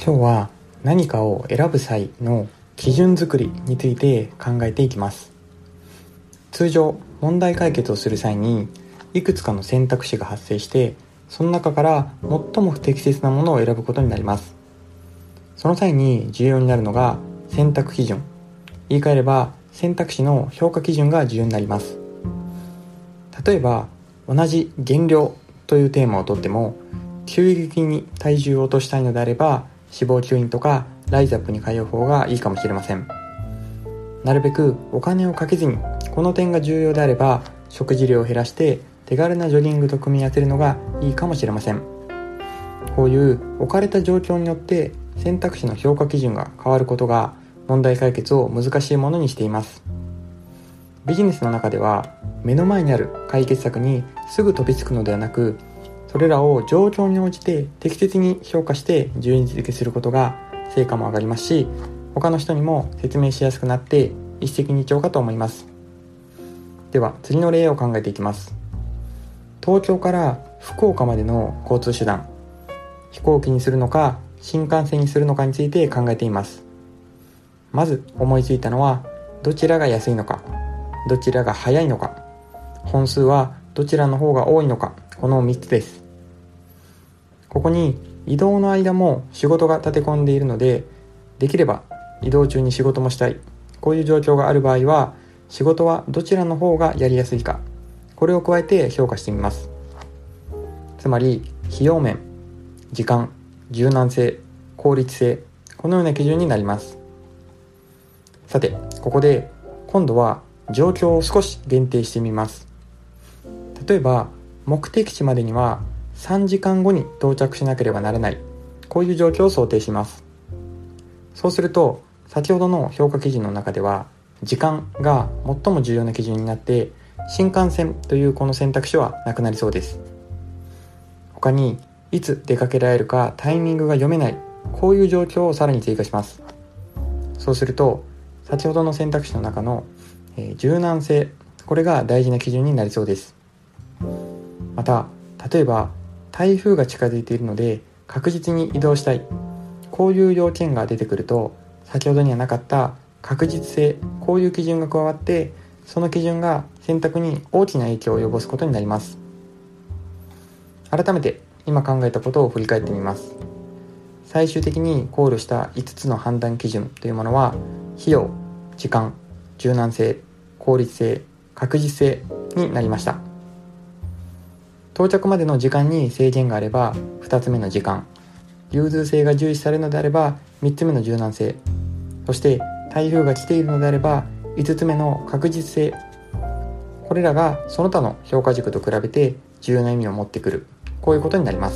今日は何かを選ぶ際の基準作りについて考えていきます。通常問題解決をする際にいくつかの選択肢が発生して、その中から最も不適切なものを選ぶことになります。その際に重要になるのが選択基準、言い換えれば選択肢の評価基準が重要になります。例えば同じ減量というテーマをとっても、急激に体重を落としたいのであれば脂肪吸引とかライズアップに通う方がいいかもしれません。なるべくお金をかけずに、この点が重要であれば食事量を減らして手軽なジョギングと組み合わせるのがいいかもしれません。こういう置かれた状況によって選択肢の評価基準が変わることが問題解決を難しいものにしています。ビジネスの中では目の前にある解決策にすぐ飛びつくのではなく、それらを状況に応じて適切に評価して順位付けすることが成果も上がりますし、他の人にも説明しやすくなって一石二鳥かと思います。では次の例を考えていきます。東京から福岡までの交通手段、飛行機にするのか新幹線にするのかについて考えています。まず思いついたのは、どちらが安いのか、どちらが早いのか、本数はどちらの方が多いのか、この3つです。ここに移動の間も仕事が立て込んでいるので、できれば移動中に仕事もしたい、こういう状況がある場合は、仕事はどちらの方がやりやすいか、これを加えて評価してみます。つまり費用面、時間、柔軟性、効率性、このような基準になります。さてここで今度は状況を少し限定してみます。例えば目的地までには3時間後に到着しなければならない、こういう状況を想定します。そうすると先ほどの評価基準の中では時間が最も重要な基準になって、新幹線というこの選択肢はなくなりそうです。他にいつ出かけられるかタイミングが読めない、こういう状況をさらに追加します。そうすると先ほどの選択肢の中の、柔軟性、これが大事な基準になりそうです。また例えば台風が近づいているので確実に移動したい、こういう要件が出てくると、先ほどにはなかった確実性、こういう基準が加わって、その基準が選択に大きな影響を及ぼすことになります。改めて今考えたことを振り返ってみます。最終的に考慮した5つの判断基準というものは、費用、時間、柔軟性、効率性、確実性になりました。到着までの時間に制限があれば2つ目の時間、融通性が重視されるのであれば3つ目の柔軟性、そして台風が来ているのであれば5つ目の確実性、これらがその他の評価軸と比べて重要な意味を持ってくる、こういうことになります。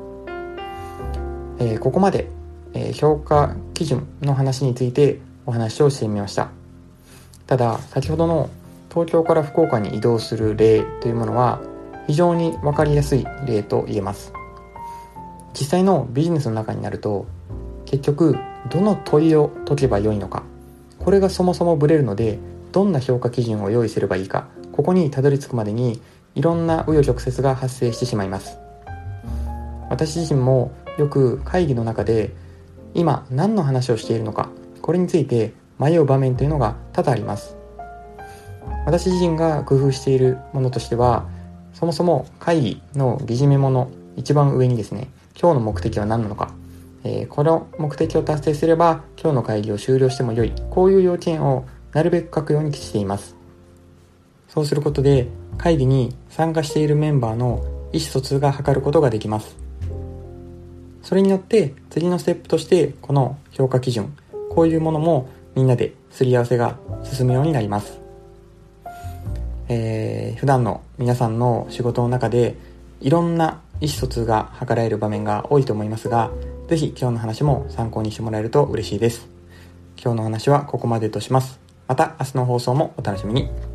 ここまで、評価基準の話についてお話をしてみました。ただ先ほどの東京から福岡に移動する例というものは非常に分かりやすい例と言えます。実際のビジネスの中になると、結局どの問いを解けばよいのか、これがそもそもブレるので、どんな評価基準を用意すればいいか、ここにたどり着くまでにいろんな紆余曲折が発生してしまいます。私自身もよく会議の中で今何の話をしているのか、これについて迷う場面というのが多々あります。私自身が工夫しているものとしては、そもそも会議の議事メモの一番上にですね、今日の目的は何なのか、この目的を達成すれば今日の会議を終了しても良い、こういう要件をなるべく書くようにしています。そうすることで会議に参加しているメンバーの意思疎通が図ることができます。それによって次のステップとしてこの評価基準、こういうものもみんなですり合わせが進むようになります。普段の皆さんの仕事の中でいろんな意思疎通が図られる場面が多いと思いますが、ぜひ今日の話も参考にしてもらえると嬉しいです。今日の話はここまでとします。また明日の放送もお楽しみに。